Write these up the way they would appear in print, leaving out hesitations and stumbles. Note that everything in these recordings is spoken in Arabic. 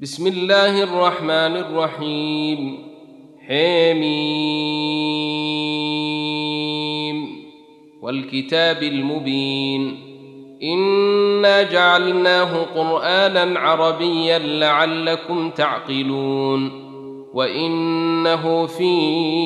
بسم الله الرحمن الرحيم. حميم والكتاب المبين. إنا جعلناه قرآنا عربيا لعلكم تعقلون. وإنه في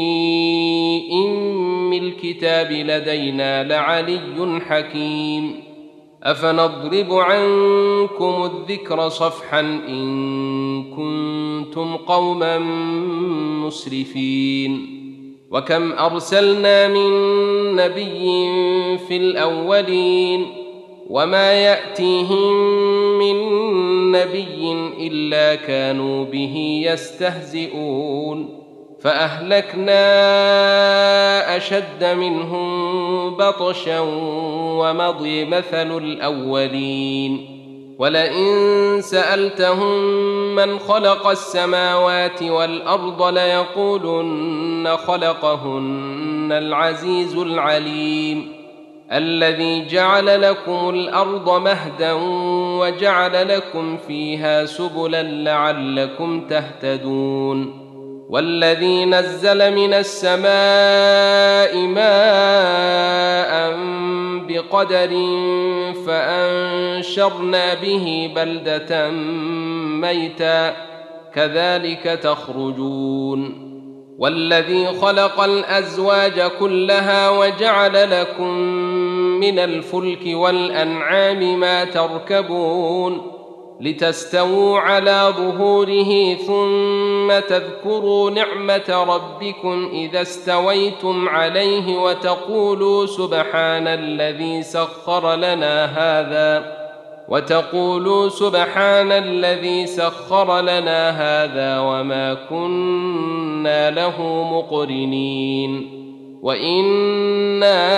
أم الكتاب لدينا لعلي حكيم. أفنضرب عنكم الذكر صفحا إن كنتم قوما مسرفين. وكم أرسلنا من نبي في الأولين وما يأتيهم من نبي إلا كانوا به يستهزئون. فأهلكنا أشد منهم بطشا ومضي مثل الأولين. ولئن سألتهم من خلق السماوات والأرض ليقولن خلقهن العزيز العليم. الذي جعل لكم الأرض مهدا وجعل لكم فيها سبلا لعلكم تهتدون. والذي نزل من السماء ماء بقدر فأنشرنا به بلدة ميتا كذلك تخرجون. والذي خلق الأزواج كلها وجعل لكم من الفلك والأنعام ما تركبون لتستووا على ظهوره ثم تذكروا نعمة ربكم إذا استويتم عليه وتقولوا سبحان الذي سخر لنا هذا وما كنا له مقرنين وإنا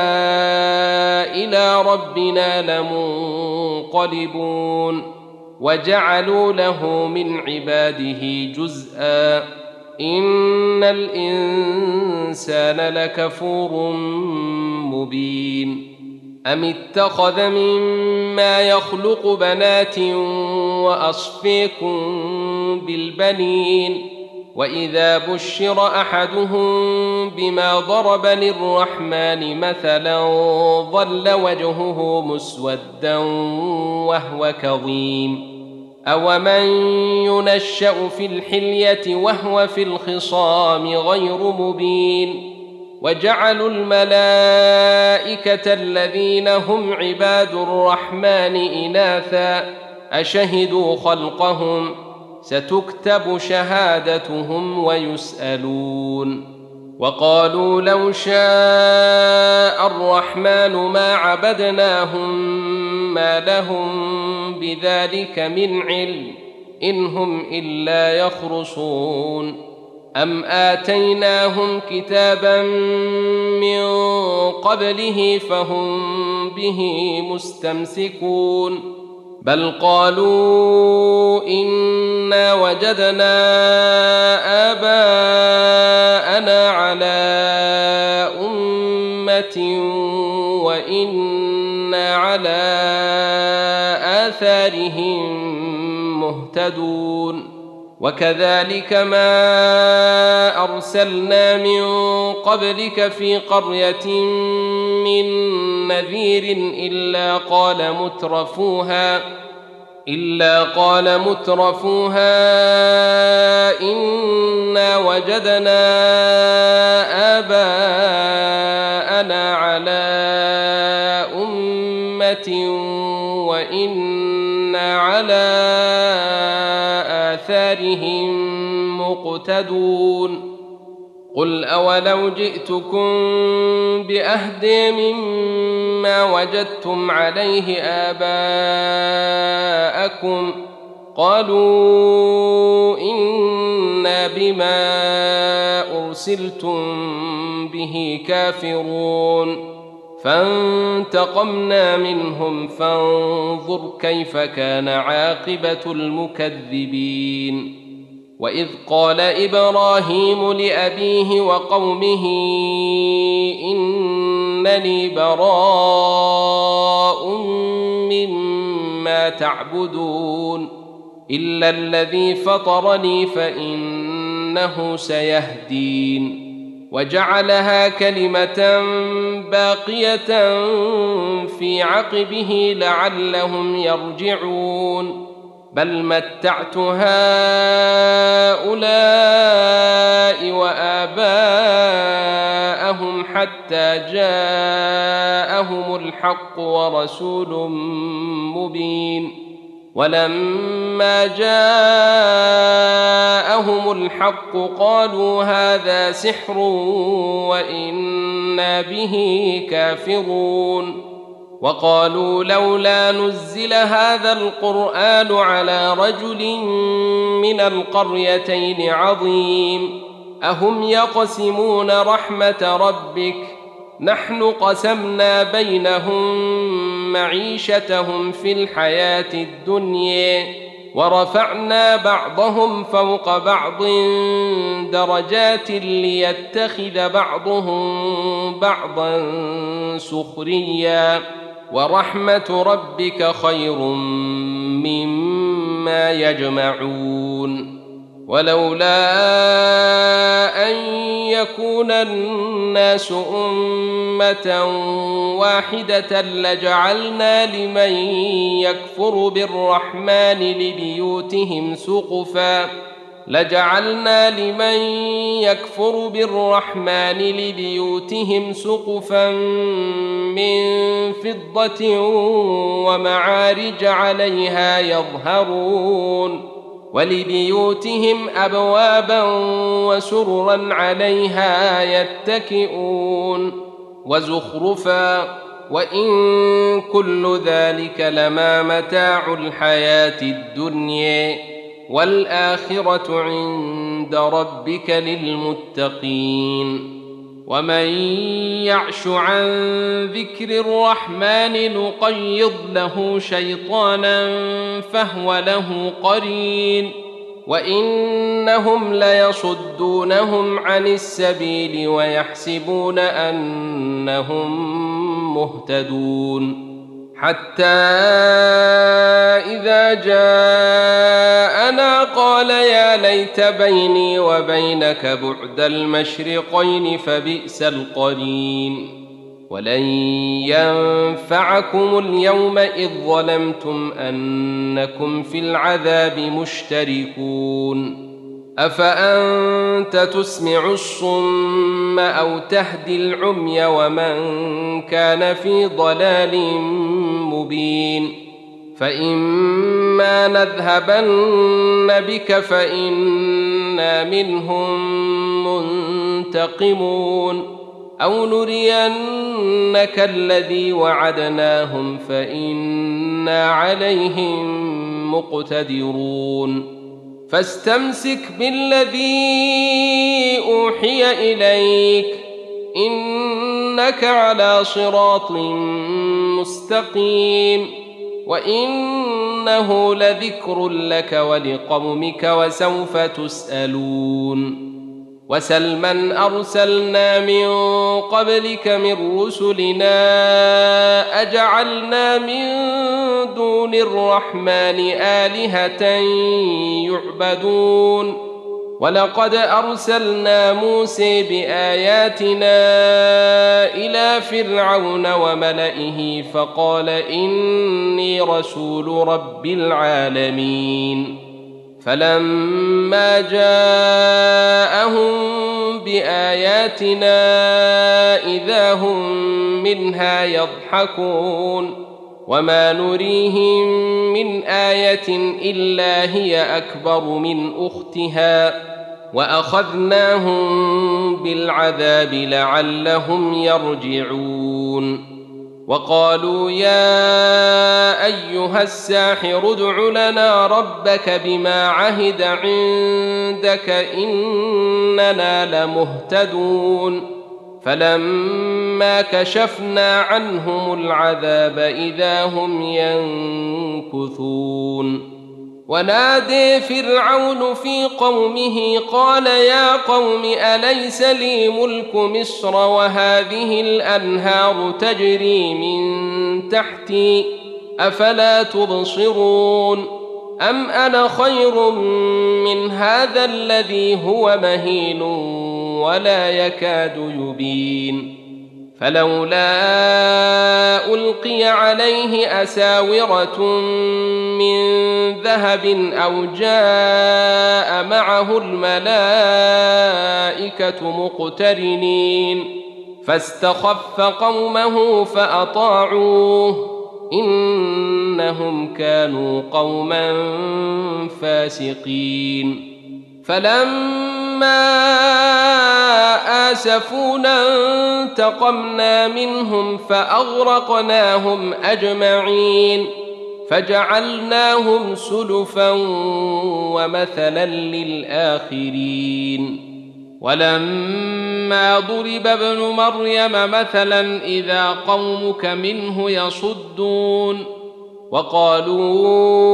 إلى ربنا لمنقلبون. وجعلوا له من عباده جزءا إن الإنسان لكفور مبين. أم اتخذ مما يخلق بنات وأصفيكم بالبنين وإذا بشر أحدهم بما ضرب للرحمن مثلا ظل وجهه مسودا وهو كظيم. أومن ينشأ في الحلية وهو في الخصام غير مبين. وجعلوا الملائكة الذين هم عباد الرحمن إناثا أشهدوا خلقهم ستكتب شهادتهم ويسألون. وقالوا لو شاء الرحمن ما عبدناهم ما لهم بذلك من علم إن هم إلا يخرصون. أم آتيناهم كتابا من قبله فهم به مستمسكون. بل قالوا إنا وجدنا آباءنا على أمة وإنا على آثارهم مهتدون. وكذلك ما أرسلنا من قبلك في قرية من نذير إلا قال مترفوها إنا وجدنا آباءنا على أمة وإنا على آثارهم مقتدون. قل أولو جئتكم بأهدى مما وجدتم عليه آباءكم قالوا إنا بما أرسلتم به كافرون. فانتقمنا منهم فانظر كيف كان عاقبة المكذبين. وإذ قال إبراهيم لأبيه وقومه إنني براء مما تعبدون إلا الذي فطرني فإنه سيهدين وجعلها كلمة باقية في عقبه لعلهم يرجعون بل متعت هؤلاء وآباءهم حتى جاءهم الحق ورسول مبين ولما جاءهم الحق قالوا هذا سحر وإنا به كافرون وقالوا لولا نزل هذا القرآن على رجل من القريتين عظيم أهم يقسمون رحمة ربك نحن قسمنا بينهم معيشتهم في الحياة الدنيا ورفعنا بعضهم فوق بعض درجات ليتخذ بعضهم بعضا سخريا ورحمة ربك خير مما يجمعون ولولا أن يكون الناس أمة واحدة لجعلنا لمن يكفر بالرحمن لبيوتهم سقفا من فضة ومعارج عليها يظهرون ولبيوتهم أبوابا وسررا عليها يتكئون وزخرفا وإن كل ذلك لما متاع الحياة الدنيا والآخرة عند ربك للمتقين ومن يعش عن ذكر الرحمن نقيض له شيطانا فهو له قرين وإنهم ليصدونهم عن السبيل ويحسبون أنهم مهتدون حتى إذا جاءنا قال يا ليت بيني وبينك بعد المشرقين فبئس القرين ولن ينفعكم اليوم إذ ظلمتم أنكم في العذاب مشتركون أفأنت تسمع الصم أو تهدي العمي ومن كان في ضلال مبين فإما نذهبن بك فإنا منهم منتقمون أو نرينك الذي وعدناهم فإنا عليهم مقتدرون فاستمسك بالذي أوحي إليك إنك على صراط مستقيم وإنه لذكر لك ولقومك وسوف تسألون وسل من أرسلنا من قبلك من رسلنا أجعلنا من دون الرحمن آلهة يعبدون ولقد أرسلنا موسى بآياتنا إلى فرعون وملئه فقال إني رسول رب العالمين فلما جاءهم بآياتنا إذا هم منها يضحكون وما نريهم من آية إلا هي أكبر من أختها وأخذناهم بالعذاب لعلهم يرجعون وقالوا يا أيها الساحر ادع لنا ربك بما عهد عندك إننا لمهتدون فلما كشفنا عنهم العذاب إذا هم ينكثون ونادى فرعون في قومه قال يا قوم أليس لي ملك مصر وهذه الأنهار تجري من تحتي أفلا تبصرون أم أنا خير من هذا الذي هو مهين ولا يكاد يبين فلولا ألقي عليه أساورة من ذهب أو جاء معه الملائكة مقترنين فاستخف قومه فأطاعوه إنهم كانوا قوما فاسقين فلما آسفونا انتقمنا منهم فأغرقناهم أجمعين فجعلناهم سلفا ومثلا للآخرين ولما ضرب ابن مريم مثلا إذا قومك منه يصدون وقالوا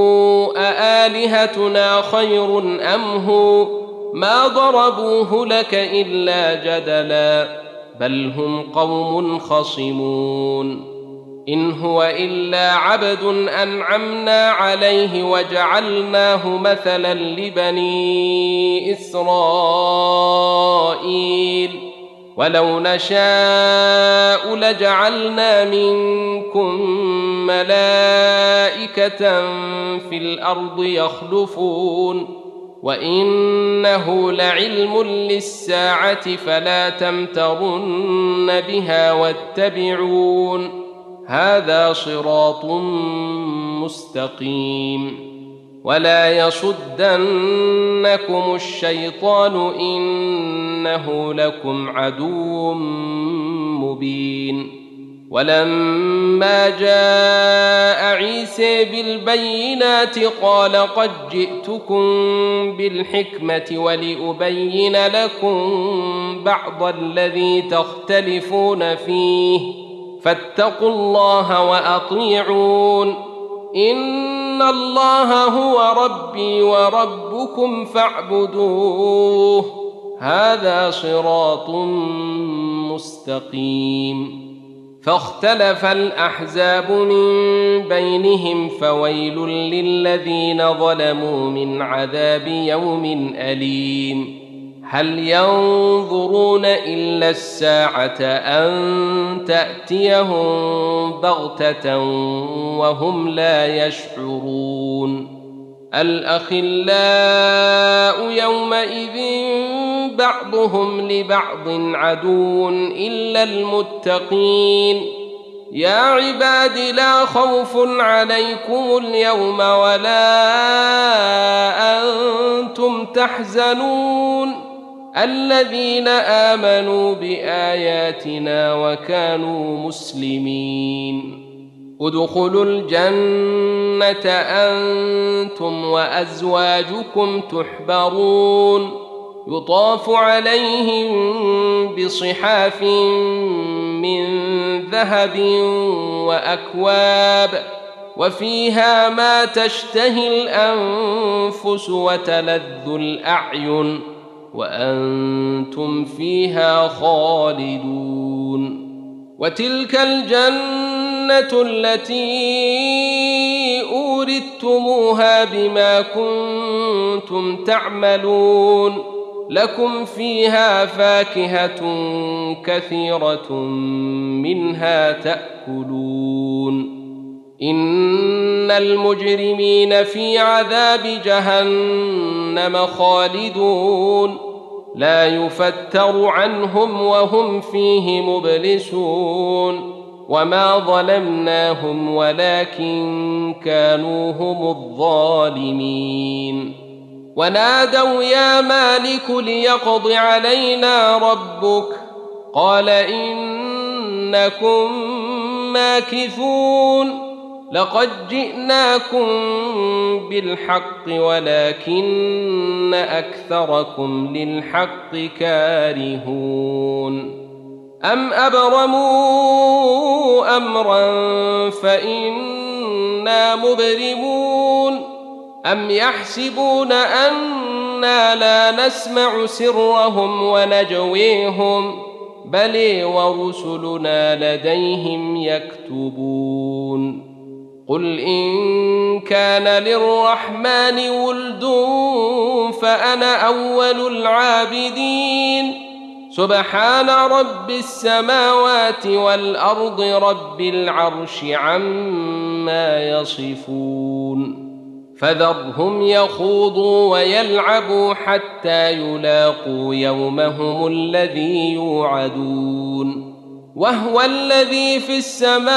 أآلهتنا خير أم هو ما ضربوه لك إلا جدلا بل هم قوم خصمون إن هو إلا عبد أنعمنا عليه وجعلناه مثلا لبني إسرائيل ولو نشاء لجعلنا منكم ملائكة في الأرض يخلفون وإنه لعلم للساعة فلا تمترن بها واتبعون هذا صراط مستقيم ولا يصدنكم الشيطان إنه لكم عدو مبين ولما جاء عيسى بالبينات قال قد جئتكم بالحكمة ولأبين لكم بعض الذي تختلفون فيه فاتقوا الله وأطيعون إن الله هو ربي وربكم فاعبدوه هذا صراط مستقيم فاختلف الأحزاب من بينهم فويل للذين ظلموا من عذاب يوم أليم هل ينظرون إلا الساعة أن تأتيهم بغتة وهم لا يشعرون الأخلاء يومئذ بعضهم لبعض عدو إلا المتقين يا عباد لا خوف عليكم اليوم ولا أنتم تحزنون الذين آمنوا بآياتنا وكانوا مسلمين ادخلوا الجنة أنتم وأزواجكم تحبرون يطاف عليهم بصحاف من ذهب وأكواب وفيها ما تشتهي الأنفس وتلذ الأعين وأنتم فيها خالدون وتلك الجنة التي أورثتموها بما كنتم تعملون لكم فيها فاكهة كثيرة منها تأكلون إن المجرمين في عذاب جهنم خالدون لا يفتر عنهم وهم فيه مبلسون وما ظلمناهم ولكن كانوا هم الظالمين ونادوا يا مالك ليقض علينا ربك قال إنكم ماكثون لقد جئناكم بالحق ولكن أكثركم للحق كارهون أم أبرموا أمرا فإنا مبرمون أم يحسبون أنا لا نسمع سرهم ونجويهم بل ورسلنا لديهم يكتبون قل إن كان للرحمن ولد فأنا أول العابدين سبحان رب السماوات والأرض رب العرش عما يصفون فذرهم يخوضوا ويلعبوا حتى يلاقوا يومهم الذي يوعدون وهو الذي في السماء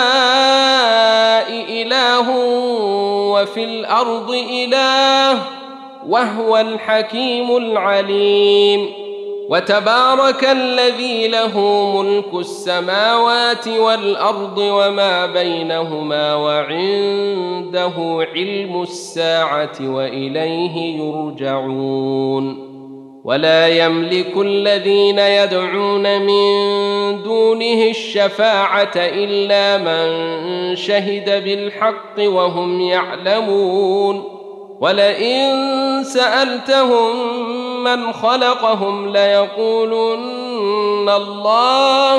إله وفي الأرض إله وهو الحكيم العليم وتبارك الذي له ملك السماوات والأرض وما بينهما وعنده علم الساعة وإليه يرجعون ولا يملك الذين يدعون من دونه الشفاعة إلا من شهد بالحق وهم يعلمون ولئن سألتهم من خلقهم ليقولن الله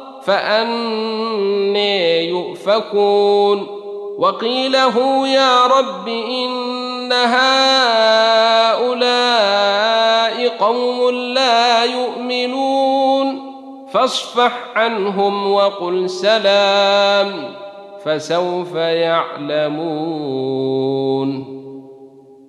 فأنى يؤفكون وقيله يا رب إن هؤلاء قوم لا يؤمنون فاصفح عنهم وقل سلام فسوف يعلمون